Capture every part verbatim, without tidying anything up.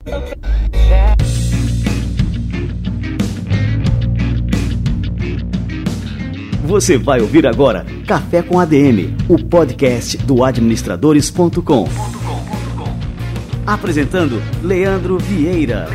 Você vai ouvir agora Café com A D M, o podcast do administradores ponto com. Apresentando Leandro Vieira.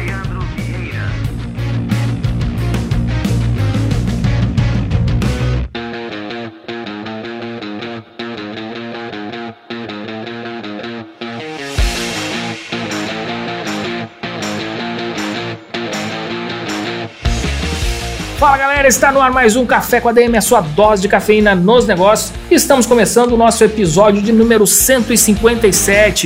Fala galera, está no ar mais um Café com A D M, a sua dose de cafeína nos negócios. Estamos começando o nosso episódio de número cento e cinquenta e sete.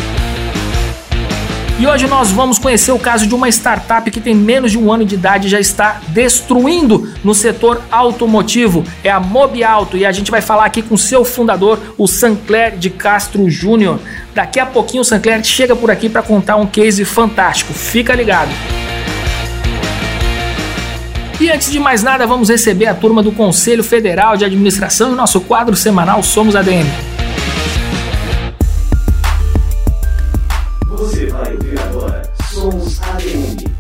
E hoje nós vamos conhecer o caso de uma startup que tem menos de um ano de idade e já está destruindo no setor automotivo. É a Mobiauto e a gente vai falar aqui com seu fundador, o Sancler de Castro Júnior. Daqui a pouquinho o Sancler chega por aqui para contar um case fantástico. Fica ligado. E antes de mais nada, vamos receber a turma do Conselho Federal de Administração e o nosso quadro semanal Somos A D M. Você vai ouvir agora Somos A D M.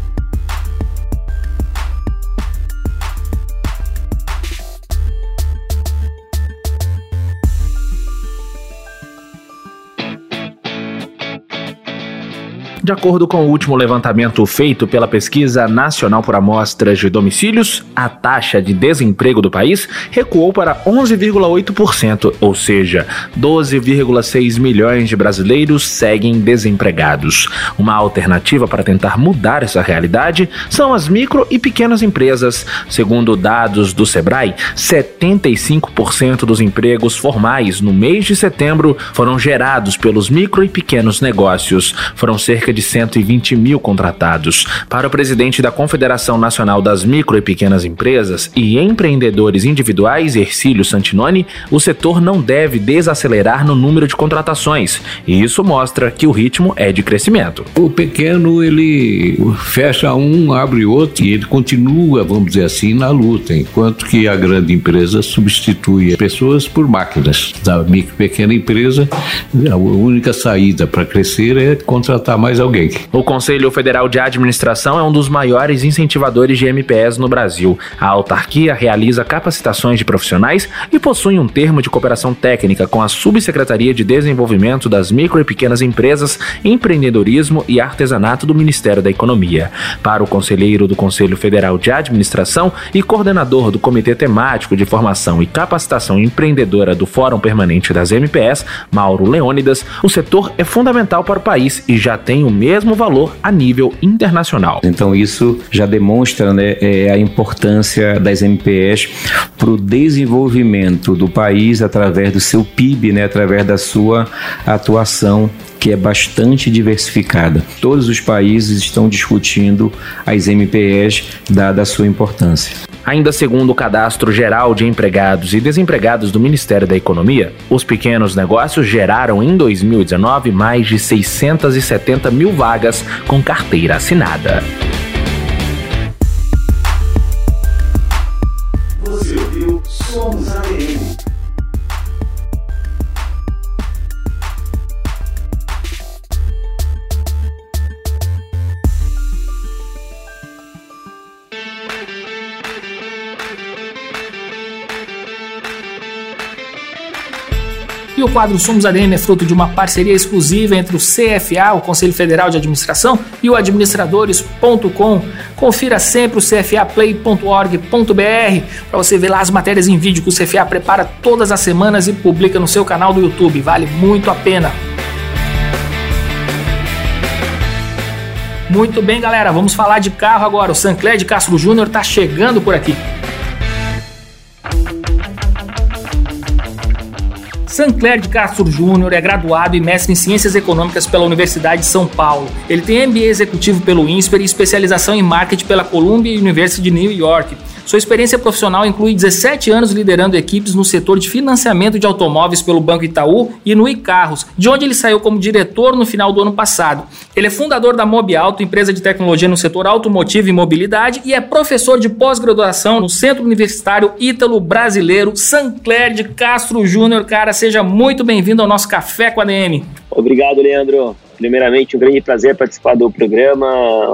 De acordo com o último levantamento feito pela Pesquisa Nacional por Amostras de Domicílios, a taxa de desemprego do país recuou para onze vírgula oito por cento, ou seja, doze vírgula seis milhões de brasileiros seguem desempregados. Uma alternativa para tentar mudar essa realidade são as micro e pequenas empresas. Segundo dados do Sebrae, setenta e cinco por cento dos empregos formais no mês de setembro foram gerados pelos micro e pequenos negócios. Foram cerca de cento e vinte mil contratados. Para o presidente da Confederação Nacional das Micro e Pequenas Empresas e Empreendedores Individuais, Hercílio Santinoni, o setor não deve desacelerar no número de contratações, e isso mostra que o ritmo é de crescimento. O pequeno, ele fecha um, abre outro, e ele continua, vamos dizer assim, na luta, enquanto que a grande empresa substitui pessoas por máquinas. Da micro e pequena empresa, a única saída para crescer é contratar mais alguém. O Conselho Federal de Administração é um dos maiores incentivadores de M P S no Brasil. A autarquia realiza capacitações de profissionais e possui um termo de cooperação técnica com a Subsecretaria de Desenvolvimento das Micro e Pequenas Empresas, Empreendedorismo e Artesanato do Ministério da Economia. Para o conselheiro do Conselho Federal de Administração e coordenador do Comitê Temático de Formação e Capacitação Empreendedora do Fórum Permanente das M P S, Mauro Leônidas, o setor é fundamental para o país e já tem o mesmo valor a nível internacional. Então isso já demonstra, né, é, a importância das M P S para o desenvolvimento do país através do seu P I B, né, através da sua atuação, que é bastante diversificada. Todos os países estão discutindo as M P S, dada a sua importância. Ainda segundo o Cadastro Geral de Empregados e Desempregados do Ministério da Economia, os pequenos negócios geraram em dois mil e dezenove mais de seiscentas e setenta mil vagas com carteira assinada. Você ouviu Somos A D M. E o quadro Somos A D M é fruto de uma parceria exclusiva entre o C F A, o Conselho Federal de Administração, e o administradores ponto com. Confira sempre o c f a play ponto org ponto b r para você ver lá as matérias em vídeo que o C F A prepara todas as semanas e publica no seu canal do YouTube. Vale muito a pena. Muito bem, galera, vamos falar de carro agora. O Sancler de Castro Júnior está chegando por aqui. Sancler de Castro Júnior é graduado e mestre em Ciências Econômicas pela Universidade de São Paulo. Ele tem M B A executivo pelo INSPER e especialização em Marketing pela Columbia University de New York. Sua experiência profissional inclui dezessete anos liderando equipes no setor de financiamento de automóveis pelo Banco Itaú e no iCarros, de onde ele saiu como diretor no final do ano passado. Ele é fundador da Mobiauto, empresa de tecnologia no setor automotivo e mobilidade, e é professor de pós-graduação no Centro Universitário Ítalo Brasileiro Sancler de Castro Júnior. Cara, seja muito bem-vindo ao nosso Café com A D M. Obrigado, Leandro. primeiramente um grande prazer participar do programa,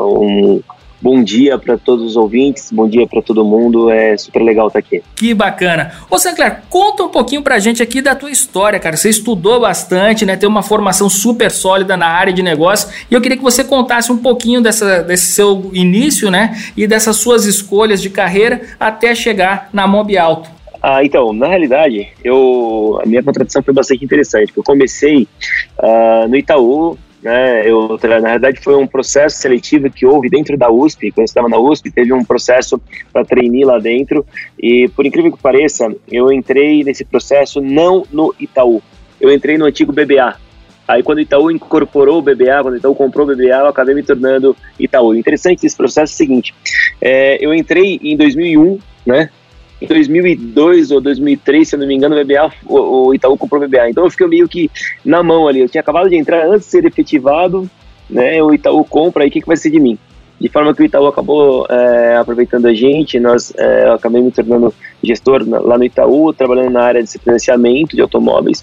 um bom dia para todos os ouvintes, bom dia para todo mundo, é super legal estar aqui. Que bacana. Ô Sancler, conta um pouquinho pra gente aqui da tua história, cara. Você estudou bastante, né? Tem uma formação super sólida na área de negócio e eu queria que você contasse um pouquinho dessa, desse seu início, né? E dessas suas escolhas de carreira até chegar na Mobiauto. Ah, então, na realidade, eu, a minha contratação foi bastante interessante, porque eu comecei uh, no Itaú. Né, eu, na verdade foi um processo seletivo que houve dentro da U S P. Quando eu estava na U S P, teve um processo para trainee lá dentro e, por incrível que pareça, eu entrei nesse processo não no Itaú, eu entrei no antigo B B A. Aí quando o Itaú incorporou o B B A, quando o Itaú comprou o B B A, eu acabei me tornando Itaú. O interessante desse processo é o seguinte, é, eu entrei em dois mil e um, né? Em dois mil e dois ou dois mil e três, se eu não me engano, o B B A, o, o Itaú comprou o B B A. Então eu fiquei meio que na mão ali. Eu tinha acabado de entrar antes de ser efetivado, né? O Itaú compra, aí o que, que vai ser de mim? De forma que o Itaú acabou é, aproveitando a gente. Nós, é, eu acabei me tornando gestor na, lá no Itaú, trabalhando na área de financiamento de automóveis.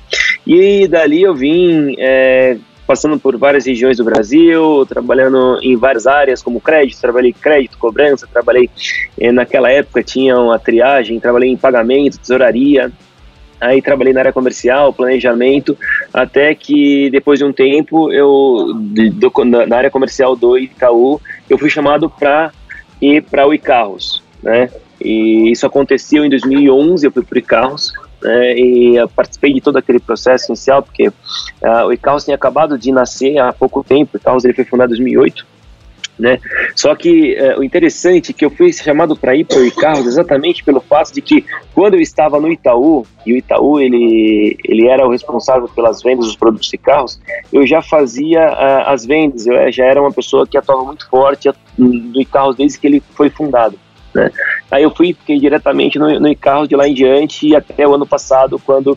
E dali eu vim... É, passando por várias regiões do Brasil, trabalhando em várias áreas como crédito, trabalhei crédito, cobrança, trabalhei, eh, naquela época tinha uma triagem, trabalhei em pagamento, tesouraria, aí trabalhei na área comercial, planejamento, até que depois de um tempo, eu de, do, na área comercial do Itaú, eu fui chamado para ir para o iCarros, né? E isso aconteceu em dois mil e onze, eu fui para o iCarros, né, e eu participei de todo aquele processo inicial, porque uh, o iCarros tinha acabado de nascer há pouco tempo. O iCarros ele foi fundado em dois mil e oito, né? Só que uh, o interessante é que eu fui chamado para ir para o iCarros exatamente pelo fato de que quando eu estava no Itaú, e o Itaú ele, ele era o responsável pelas vendas dos produtos de carros, eu já fazia uh, as vendas, eu já era uma pessoa que atuava muito forte no iCarros desde que ele foi fundado. Né? Aí eu fui, fiquei diretamente no, no iCarros de lá em diante e até o ano passado, quando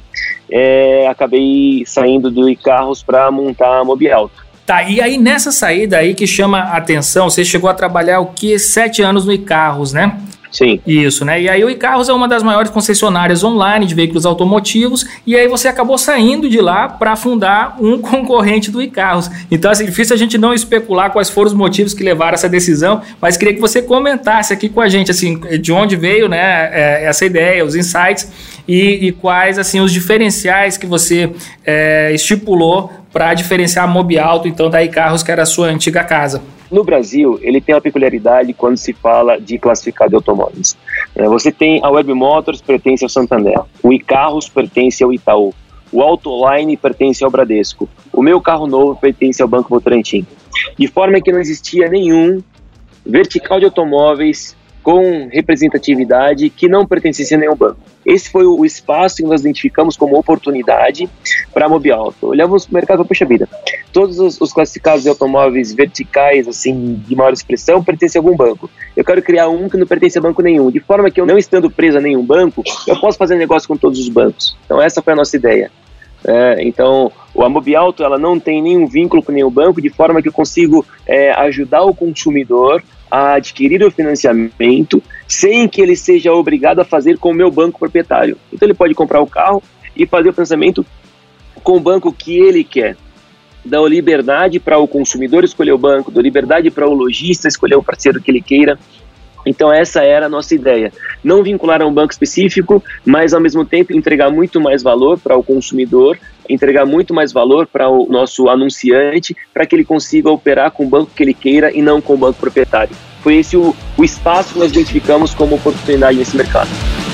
é, acabei saindo do iCarros para montar a Mobiauto. Tá, e aí nessa saída aí que chama a atenção, você chegou a trabalhar o que? Sete anos no iCarros, né? Sim. Isso, né? E aí o iCarros é uma das maiores concessionárias online de veículos automotivos e aí você acabou saindo de lá para fundar um concorrente do iCarros. Então, assim, é difícil a gente não especular quais foram os motivos que levaram essa decisão, mas queria que você comentasse aqui com a gente, assim, de onde veio, né, essa ideia, os insights e, e quais, assim, os diferenciais que você é, estipulou para diferenciar a Mobiauto, então, da iCarros, que era a sua antiga casa. No Brasil, ele tem uma peculiaridade quando se fala de classificado de automóveis. Você tem a Web Motors, pertence ao Santander. O iCarros pertence ao Itaú. O Autoline pertence ao Bradesco. O Meu Carro Novo pertence ao Banco Votorantim. De forma que não existia nenhum vertical de automóveis com representatividade que não pertencesse a nenhum banco. Esse foi o espaço que nós identificamos como oportunidade para a Mobiauto. Olhávamos para o mercado, puxa vida, todos os, os classificados de automóveis verticais, assim, de maior expressão, pertencem a algum banco. Eu quero criar um que não pertence a banco nenhum, de forma que eu, não estando preso a nenhum banco, eu posso fazer negócio com todos os bancos. Então essa foi a nossa ideia. É, então, a Mobiauto, ela não tem nenhum vínculo com nenhum banco, de forma que eu consigo é, ajudar o consumidor a adquirir o financiamento sem que ele seja obrigado a fazer com o meu banco proprietário. Então ele pode comprar o carro e fazer o financiamento com o banco que ele quer. Dá liberdade para o consumidor escolher o banco, dá liberdade para o lojista escolher o parceiro que ele queira. Então essa era a nossa ideia, não vincular a um banco específico, mas ao mesmo tempo entregar muito mais valor para o consumidor, entregar muito mais valor para o nosso anunciante, para que ele consiga operar com o banco que ele queira e não com o banco proprietário. Foi esse o, o espaço que nós identificamos como oportunidade nesse mercado.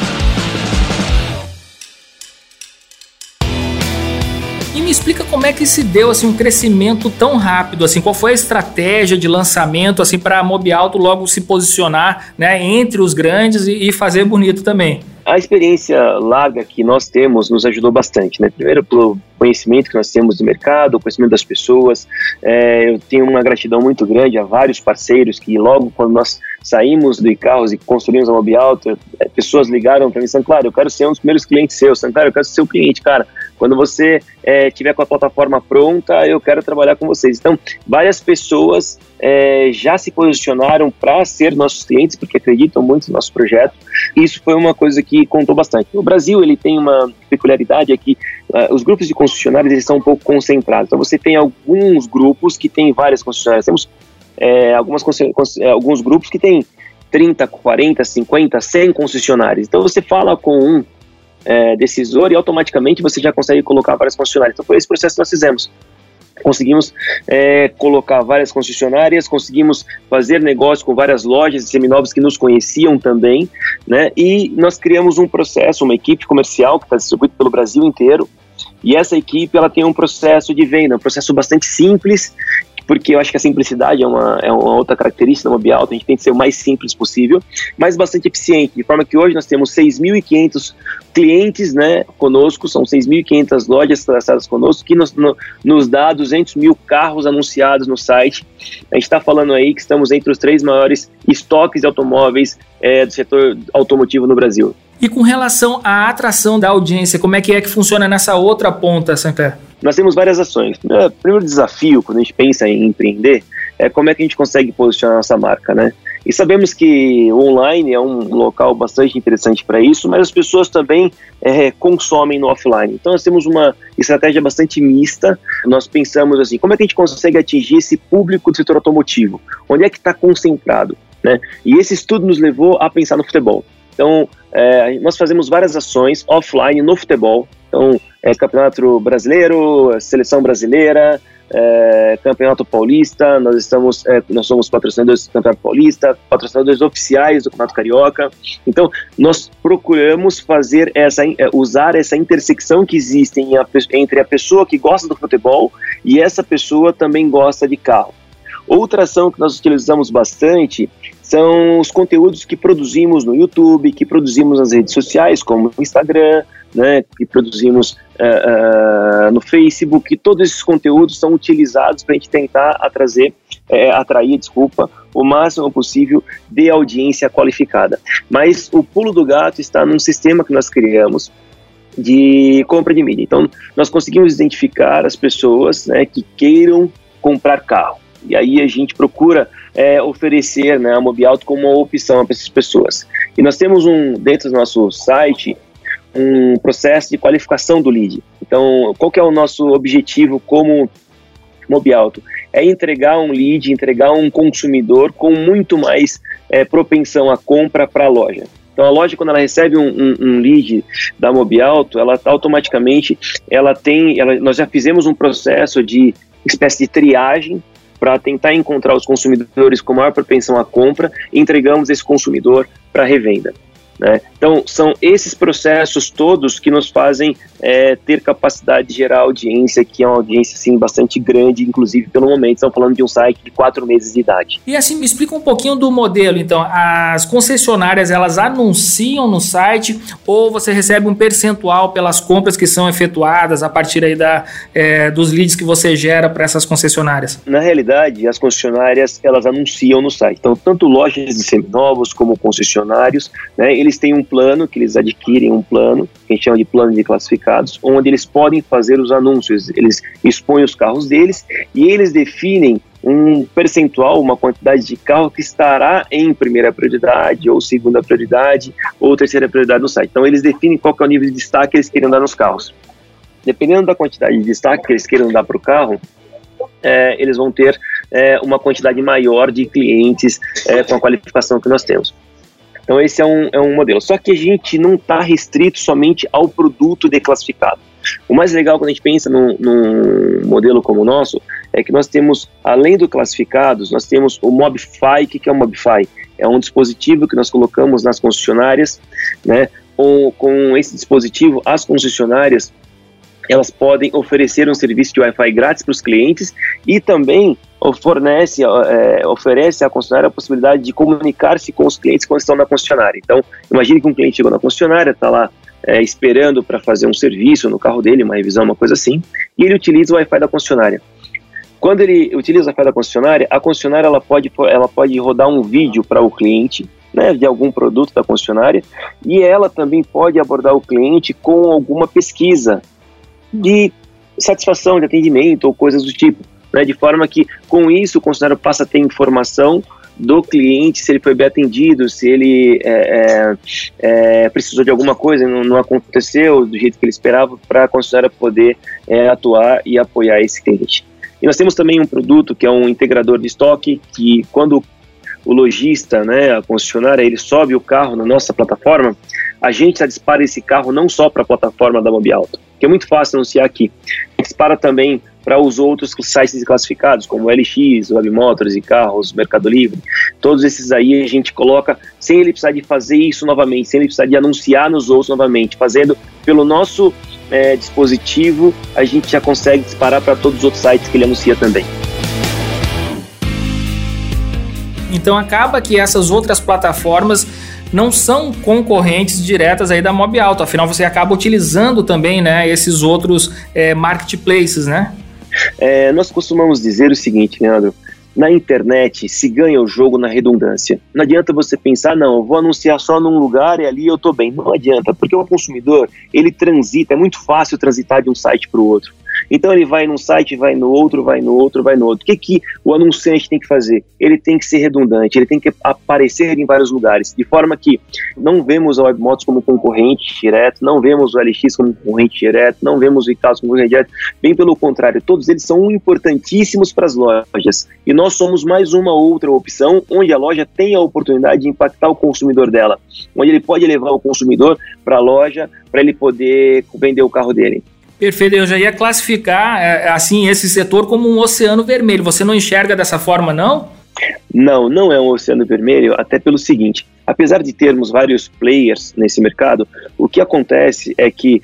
E me explica como é que se deu assim, um crescimento tão rápido, assim, qual foi a estratégia de lançamento assim, para a Mobiauto logo se posicionar, né, entre os grandes e, e fazer bonito também? A experiência larga que nós temos nos ajudou bastante, né? Primeiro pelo conhecimento que nós temos do mercado, o conhecimento das pessoas. É, eu tenho uma gratidão muito grande a vários parceiros que logo quando nós saímos do iCarros e construímos a Mobiauto, é, pessoas ligaram para mim e disseram, claro, eu quero ser um dos primeiros clientes seus, claro, eu quero ser seu cliente, cara, Quando você é, tiver com a plataforma pronta, eu quero trabalhar com vocês. Então, várias pessoas é, já se posicionaram para ser nossos clientes, porque acreditam muito no nosso projeto. Isso foi uma coisa que contou bastante. No Brasil, ele tem uma peculiaridade, é que uh, os grupos de concessionários eles são um pouco concentrados. Então, você tem alguns grupos que têm várias concessionárias. Temos é, algumas, alguns grupos que têm trinta, quarenta, cinquenta, cem concessionários. Então, você fala com um É, decisor e automaticamente você já consegue colocar várias concessionárias. Então foi esse processo que nós fizemos. Conseguimos é, colocar várias concessionárias, conseguimos fazer negócio com várias lojas de seminovos que nos conheciam também, né? E nós criamos um processo, uma equipe comercial que está distribuída pelo Brasil inteiro, e essa equipe ela tem um processo de venda, um processo bastante simples, porque eu acho que a simplicidade é uma, é uma outra característica da Mobiauto. A gente tem que ser o mais simples possível, mas bastante eficiente, de forma que hoje nós temos seis mil e quinhentos clientes, né, conosco, são seis mil e quinhentas lojas cadastradas conosco, que nos, no, nos dá duzentos mil carros anunciados no site. A gente está falando aí que estamos entre os três maiores estoques de automóveis é, do setor automotivo no Brasil. E com relação à atração da audiência, como é que é que funciona nessa outra ponta, Saint-Pierre? Nós temos várias ações. O primeiro desafio, quando a gente pensa em empreender, é como é que a gente consegue posicionar a nossa marca, né? E sabemos que o online é um local bastante interessante para isso, mas as pessoas também é, consomem no offline. Então nós temos uma estratégia bastante mista. Nós pensamos assim, como é que a gente consegue atingir esse público do setor automotivo? Onde é que está concentrado, né? E esse estudo nos levou a pensar no futebol. Então, é, nós fazemos várias ações offline no futebol. Então, é, Campeonato Brasileiro, Seleção Brasileira, é, Campeonato Paulista, nós, estamos, é, nós somos patrocinadores do Campeonato Paulista, patrocinadores oficiais do Campeonato Carioca. Então, nós procuramos fazer essa, é, usar essa intersecção que existe em a, entre a pessoa que gosta do futebol e essa pessoa também gosta de carro. Outra ação que nós utilizamos bastante são os conteúdos que produzimos no YouTube, que produzimos nas redes sociais, como no Instagram, né, que produzimos uh, uh, no Facebook, e todos esses conteúdos são utilizados para a gente tentar atrazer, é, atrair, desculpa, o máximo possível de audiência qualificada. Mas o pulo do gato está num sistema que nós criamos de compra de mídia. Então, nós conseguimos identificar as pessoas, né, que queiram comprar carro. E aí a gente procura é, oferecer, né, a Mobiauto como uma opção para essas pessoas. E nós temos um, dentro do nosso site, um processo de qualificação do lead. Então, qual que é o nosso objetivo como Mobiauto? É entregar um lead, entregar um consumidor com muito mais é, propensão à compra para a loja. Então a loja, quando ela recebe um, um, um lead da Mobiauto, ela automaticamente, ela tem, ela, nós já fizemos um processo de espécie de triagem para tentar encontrar os consumidores com maior propensão à compra e entregamos esse consumidor para revenda, né? Então, são esses processos todos que nos fazem é, ter capacidade de gerar audiência, que é uma audiência assim, bastante grande, inclusive pelo momento, estamos falando de um site de quatro meses de idade. E assim, me explica um pouquinho do modelo, então, as concessionárias, elas anunciam no site ou você recebe um percentual pelas compras que são efetuadas a partir aí da, é, dos leads que você gera para essas concessionárias? Na realidade, as concessionárias, elas anunciam no site, então tanto lojas de seminovos como concessionários, né, eles têm um plano, que eles adquirem um plano, que a gente chama de plano de classificados, onde eles podem fazer os anúncios, eles expõem os carros deles e eles definem um percentual, uma quantidade de carro que estará em primeira prioridade, ou segunda prioridade, ou terceira prioridade no site. Então eles definem qual que é o nível de destaque que eles querem dar nos carros. Dependendo da quantidade de destaque que eles queiram dar para o carro, é, eles vão ter é, uma quantidade maior de clientes é, com a qualificação que nós temos. Então esse é um, é um modelo, só que a gente não está restrito somente ao produto declassificado. O mais legal quando a gente pensa num, num modelo como o nosso, é que nós temos, além do classificados, nós temos o Mobify. O que é o Mobify? É um dispositivo que nós colocamos nas concessionárias, né? Com, com esse dispositivo, as concessionárias, elas podem oferecer um serviço de Wi-Fi grátis para os clientes e também fornece, é, oferece à concessionária a possibilidade de comunicar-se com os clientes quando estão na concessionária. Então, imagine que um cliente chegou na concessionária, está lá é, esperando para fazer um serviço no carro dele, uma revisão, uma coisa assim, e ele utiliza o Wi-Fi da concessionária. Quando ele utiliza o Wi-Fi da concessionária, a concessionária ela pode, ela pode rodar um vídeo para o cliente, né, de algum produto da concessionária, e ela também pode abordar o cliente com alguma pesquisa de satisfação, de atendimento ou coisas do tipo, né? De forma que com isso o concessionário passa a ter informação do cliente, se ele foi bem atendido, se ele é, é, precisou de alguma coisa, não, não aconteceu do jeito que ele esperava, para a concessionária poder é, atuar e apoiar esse cliente. E nós temos também um produto que é um integrador de estoque, que quando o lojista, né, a concessionária, ele sobe o carro na nossa plataforma, a gente já dispara esse carro não só para a plataforma da Mobiauto, que é muito fácil anunciar aqui, dispara também para os outros sites classificados, como o L X, Webmotors e Carros, Mercado Livre. Todos esses aí a gente coloca sem ele precisar de fazer isso novamente, sem ele precisar de anunciar nos outros novamente, fazendo pelo nosso é, dispositivo, a gente já consegue disparar para todos os outros sites que ele anuncia também. Então acaba que essas outras plataformas não são concorrentes diretas aí da Mobiauto, afinal você acaba utilizando também, né, esses outros é, marketplaces, né? É, nós costumamos dizer o seguinte, Leandro, na internet se ganha o jogo na redundância. Não adianta você pensar, não, eu vou anunciar só num lugar e ali eu tô bem. Não adianta, porque o consumidor, ele transita, é muito fácil transitar de um site para o outro. Então ele vai num site, vai no outro, vai no outro, vai no outro. O que, que o anunciante tem que fazer? Ele tem que ser redundante, ele tem que aparecer em vários lugares, de forma que não vemos a Webmotors como concorrente direto, não vemos o L X como concorrente direto, não vemos o Itaúsa como concorrente direto, bem pelo contrário, todos eles são importantíssimos para as lojas, e nós somos mais uma outra opção, onde a loja tem a oportunidade de impactar o consumidor dela, onde ele pode levar o consumidor para a loja, para ele poder vender o carro dele. Perfeito, eu já ia classificar assim esse setor como um oceano vermelho. Você não enxerga dessa forma, não? Não, não é um oceano vermelho, até pelo seguinte, apesar de termos vários players nesse mercado, o que acontece é que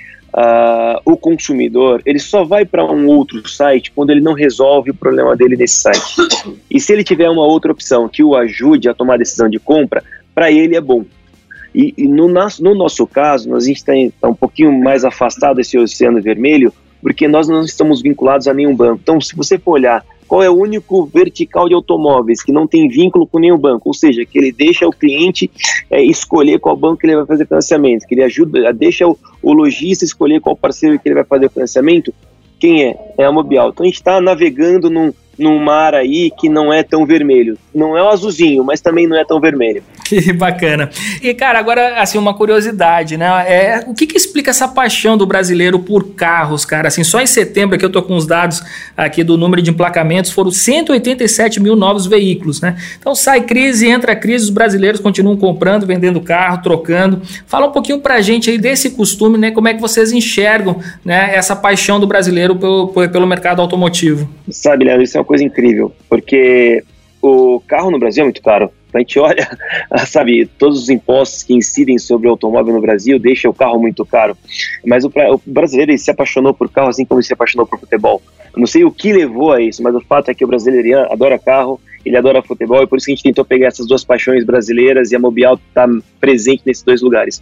uh, o consumidor, ele só vai para um outro site quando ele não resolve o problema dele nesse site. E se ele tiver uma outra opção que o ajude a tomar a decisão de compra, para ele é bom. E, e no, no nosso caso, nós, a gente está tá um pouquinho mais afastado desse oceano vermelho, porque nós não estamos vinculados a nenhum banco. Então, se você for olhar qual é o único vertical de automóveis que não tem vínculo com nenhum banco, ou seja, que ele deixa o cliente é, escolher qual banco que ele vai fazer financiamento, que ele ajuda, deixa o, o lojista escolher qual parceiro que ele vai fazer financiamento, quem é? É a Mobiauto. Então, a gente está navegando num, num mar aí que não é tão vermelho. Não é o azulzinho, mas também não é tão vermelho. Que bacana. E, cara, agora, assim, uma curiosidade, né? É, o que que explica essa paixão do brasileiro por carros, cara? Assim, só em setembro, aqui eu tô com os dados aqui do número de emplacamentos, foram cento e oitenta e sete mil novos veículos, né? Então, sai crise, entra crise, os brasileiros continuam comprando, vendendo carro, trocando. Fala um pouquinho pra gente aí desse costume, né? Como é que vocês enxergam, né, essa paixão do brasileiro pelo, pelo mercado automotivo? Sabe, Leandro, isso é uma coisa incrível, porque o carro no Brasil é muito caro. A gente olha, sabe, todos os impostos que incidem sobre o automóvel no Brasil deixam o carro muito caro. Mas o, o brasileiro, ele se apaixonou por carro assim como ele se apaixonou por futebol. Eu não sei o que levou a isso, mas o fato é que o brasileiro adora carro, ele adora futebol, e por isso que a gente tentou pegar essas duas paixões brasileiras, e a Mobiauto está presente nesses dois lugares.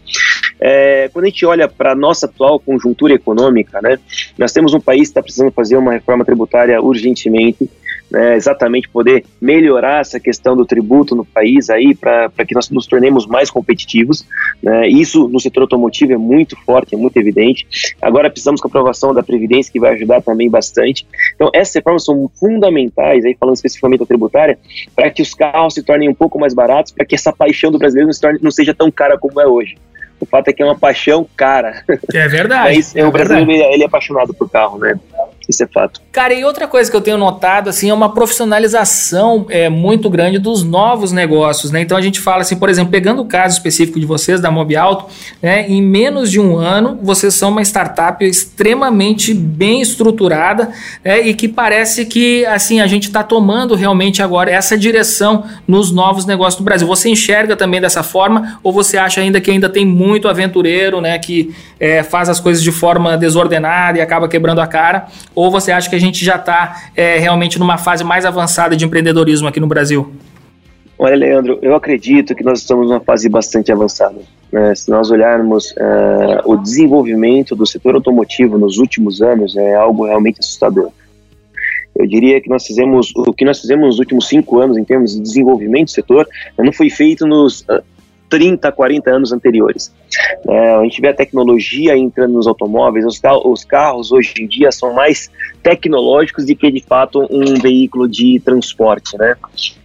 É, quando a gente olha para a nossa atual conjuntura econômica, né, nós temos um país que está precisando fazer uma reforma tributária urgentemente, né, exatamente poder melhorar essa questão do tributo no país aí para que nós nos tornemos mais competitivos, né, isso no setor automotivo é muito forte, é muito evidente. Agora precisamos com a aprovação da Previdência, que vai ajudar também bastante. Então essas reformas são fundamentais, aí falando especificamente da tributária, para que os carros se tornem um pouco mais baratos, para que essa paixão do brasileiro não, se torne, não seja tão cara como é hoje. O fato é que é uma paixão cara. É verdade. Mas, é, o brasileiro ele, ele é apaixonado por carro, né? Isso é fato. Cara, e outra coisa que eu tenho notado, assim, é uma profissionalização é, muito grande dos novos negócios, né? Então a gente fala assim, por exemplo, pegando o caso específico de vocês, da Mobiauto, né, em menos de um ano, vocês são uma startup extremamente bem estruturada, né, e que parece que, assim, a gente está tomando realmente agora essa direção nos novos negócios do Brasil. Você enxerga também dessa forma, ou você acha ainda que ainda tem muito aventureiro, né, que é, faz as coisas de forma desordenada e acaba quebrando a cara? Ou você acha que a gente já está é, realmente numa fase mais avançada de empreendedorismo aqui no Brasil? Olha, Leandro, eu acredito que nós estamos numa fase bastante avançada. Né? Se nós olharmos uh, o desenvolvimento do setor automotivo nos últimos anos, é algo realmente assustador. Eu diria que nós fizemos, o que nós fizemos nos últimos cinco anos em termos de desenvolvimento do setor não foi feito nos, uh, trinta, quarenta anos anteriores. É, a gente vê a tecnologia entrando nos automóveis, os, os carros hoje em dia são mais tecnológicos do que de fato um veículo de transporte, né?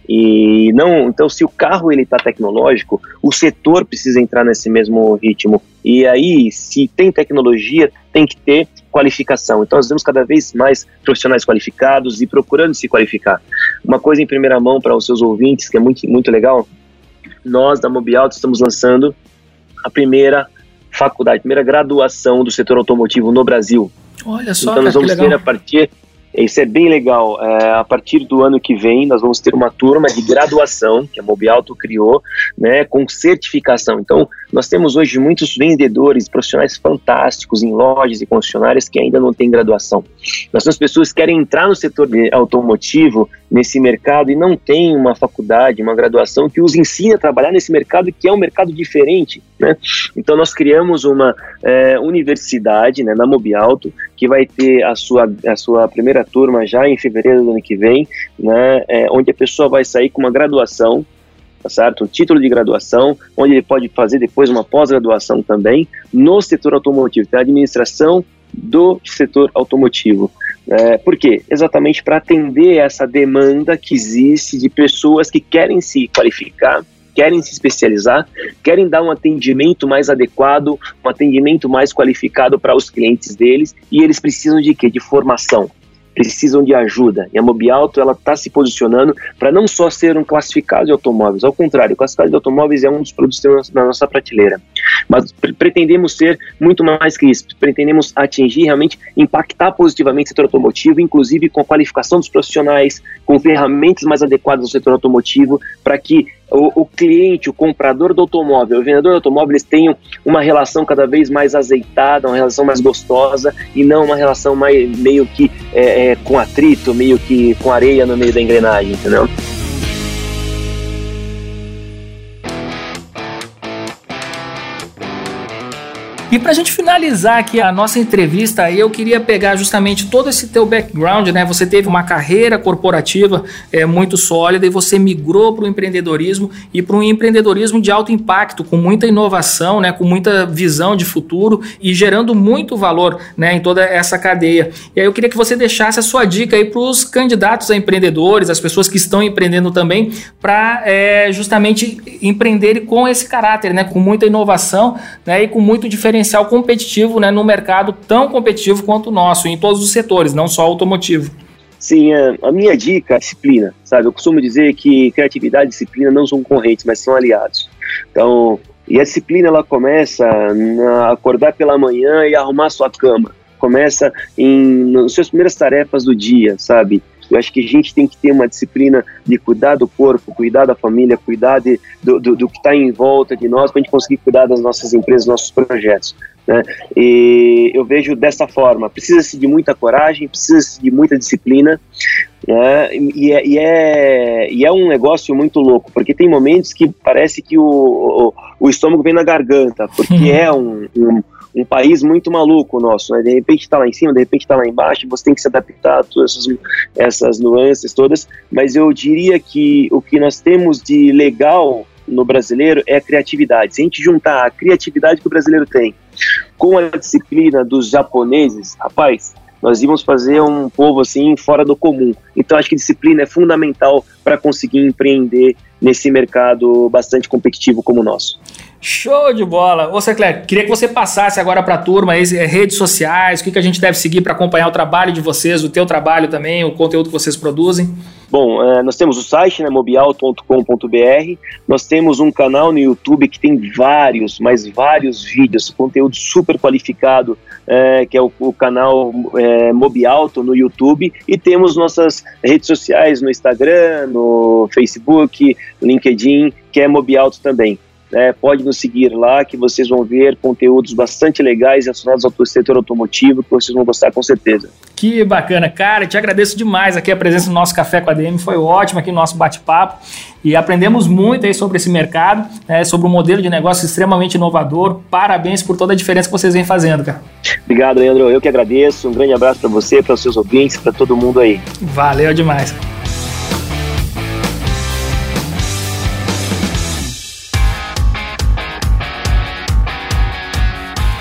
E não, então se o carro ele está tecnológico, o setor precisa entrar nesse mesmo ritmo. E aí, se tem tecnologia, tem que ter qualificação. Então nós temos cada vez mais profissionais qualificados e procurando se qualificar. Uma coisa em primeira mão para os seus ouvintes, que é muito, muito legal, nós da Mobiauto estamos lançando a primeira faculdade, a primeira graduação do setor automotivo no Brasil. Olha só, então nós cara, vamos que legal. ter a partir, isso é bem legal, é, a partir do ano que vem nós vamos ter uma turma de graduação que a Mobiauto criou, né, com certificação. Então nós temos hoje muitos vendedores, profissionais fantásticos em lojas e concessionárias que ainda não têm graduação. Nós temos pessoas que querem entrar no setor automotivo, nesse mercado, e não tem uma faculdade, uma graduação que os ensine a trabalhar nesse mercado, que é um mercado diferente, né? Então nós criamos uma é, universidade, né, na Mobiauto, que vai ter a sua, a sua primeira turma já em fevereiro do ano que vem, né, é, onde a pessoa vai sair com uma graduação, tá certo? Um título de graduação, onde ele pode fazer depois uma pós-graduação também no setor automotivo, então, a administração do setor automotivo. É, por quê? Exatamente para atender essa demanda que existe de pessoas que querem se qualificar, querem se especializar, querem dar um atendimento mais adequado, um atendimento mais qualificado para os clientes deles, e eles precisam de quê? De formação. Precisam de ajuda, e a Mobiauto ela está se posicionando para não só ser um classificado de automóveis, ao contrário, o classificado de automóveis é um dos produtos que temos na nossa prateleira, mas pre- pretendemos ser muito mais que isso, pretendemos atingir, realmente impactar positivamente o setor automotivo, inclusive com a qualificação dos profissionais, com ferramentas mais adequadas ao setor automotivo, para que o, o cliente, o comprador do automóvel, o vendedor do automóvel, eles tenham uma relação cada vez mais azeitada, uma relação mais gostosa, e não uma relação mais, meio que é, é, com atrito, meio que com areia no meio da engrenagem, entendeu? E pra gente finalizar aqui a nossa entrevista, eu queria pegar justamente todo esse teu background, né? Você teve uma carreira corporativa é, muito sólida e você migrou para o empreendedorismo e para um empreendedorismo de alto impacto, com muita inovação, né? Com muita visão de futuro e gerando muito valor, né? Em toda essa cadeia. E aí eu queria que você deixasse a sua dica aí para os candidatos a empreendedores, as pessoas que estão empreendendo também, para é, justamente empreenderem com esse caráter, né? Com muita inovação, né? E com muito diferencial competitivo, né, no mercado tão competitivo quanto o nosso, em todos os setores, não só automotivo. Sim, a minha dica é disciplina, sabe? Eu costumo dizer que criatividade e disciplina não são concorrentes, mas são aliados. Então, e a disciplina ela começa a acordar pela manhã e arrumar sua cama. Começa em, nas suas primeiras tarefas do dia, sabe? Eu acho que a gente tem que ter uma disciplina de cuidar do corpo, cuidar da família, cuidar de, do, do, do que está em volta de nós, para a gente conseguir cuidar das nossas empresas, dos nossos projetos, né? E eu vejo dessa forma, precisa-se de muita coragem, precisa-se de muita disciplina, né? E, é, e, é, e é um negócio muito louco, porque tem momentos que parece que o, o, o estômago vem na garganta, porque é um... um um país muito maluco nosso, né? De repente está lá em cima, de repente está lá embaixo, você tem que se adaptar a todas essas, essas nuances todas, mas eu diria que o que nós temos de legal no brasileiro é a criatividade. Se a gente juntar a criatividade que o brasileiro tem com a disciplina dos japoneses, rapaz, nós íamos fazer um povo assim fora do comum. Então acho que disciplina é fundamental para conseguir empreender nesse mercado bastante competitivo como o nosso. Show de bola! Ô, Secler, queria que você passasse agora para a turma aí, redes sociais, o que, que a gente deve seguir para acompanhar o trabalho de vocês, o teu trabalho também, o conteúdo que vocês produzem. Bom, é, nós temos o site, né, mobiauto ponto com ponto b r, nós temos um canal no YouTube que tem vários, mas vários vídeos, conteúdo super qualificado, é, que é o, o canal é, Mobiauto no YouTube, e temos nossas redes sociais no Instagram, no Facebook, no LinkedIn, que é Mobiauto também. É, pode nos seguir lá, que vocês vão ver conteúdos bastante legais relacionados ao setor automotivo, que vocês vão gostar com certeza. Que bacana, cara, te agradeço demais aqui a presença no nosso Café com a D M, foi ótimo aqui no nosso bate-papo e aprendemos muito aí sobre esse mercado, né, sobre um modelo de negócio extremamente inovador. Parabéns por toda a diferença que vocês vêm fazendo, cara. Obrigado, Leandro, eu que agradeço, um grande abraço para você, para os seus ouvintes, para todo mundo aí. Valeu demais.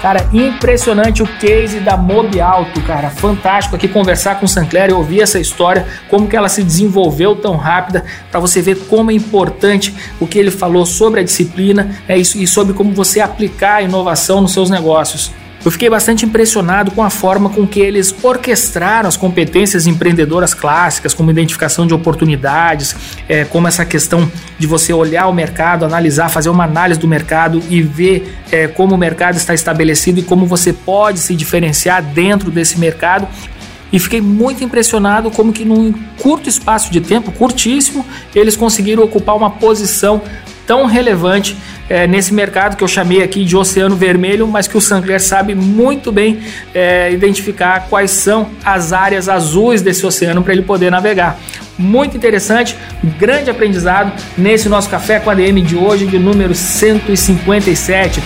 Cara, impressionante o case da Mobiauto, cara, fantástico aqui conversar com o Sancler e ouvir essa história, como que ela se desenvolveu tão rápida, para você ver como é importante o que ele falou sobre a disciplina, né, e sobre como você aplicar a inovação nos seus negócios. Eu fiquei bastante impressionado com a forma com que eles orquestraram as competências empreendedoras clássicas, como identificação de oportunidades, é, como essa questão de você olhar o mercado, analisar, fazer uma análise do mercado e ver é, como o mercado está estabelecido e como você pode se diferenciar dentro desse mercado. E fiquei muito impressionado como que num curto espaço de tempo, curtíssimo, eles conseguiram ocupar uma posição tão relevante é, nesse mercado que eu chamei aqui de Oceano Vermelho, mas que o Sancler sabe muito bem é, identificar quais são as áreas azuis desse oceano para ele poder navegar. Muito interessante, um grande aprendizado nesse nosso Café com A D M de hoje, de número cento e cinquenta e sete.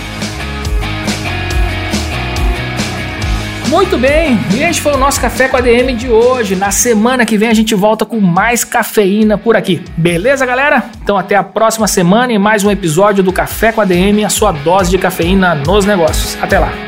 Muito bem, e este foi o nosso Café com A D M de hoje. Na semana que vem a gente volta com mais cafeína por aqui. Beleza, galera? Então até a próxima semana e mais um episódio do Café com A D M, a sua dose de cafeína nos negócios. Até lá!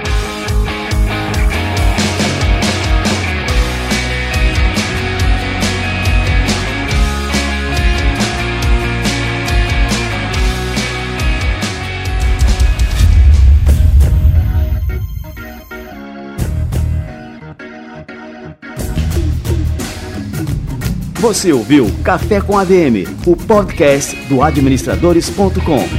Você ouviu Café com A D M, o podcast do administradores ponto com.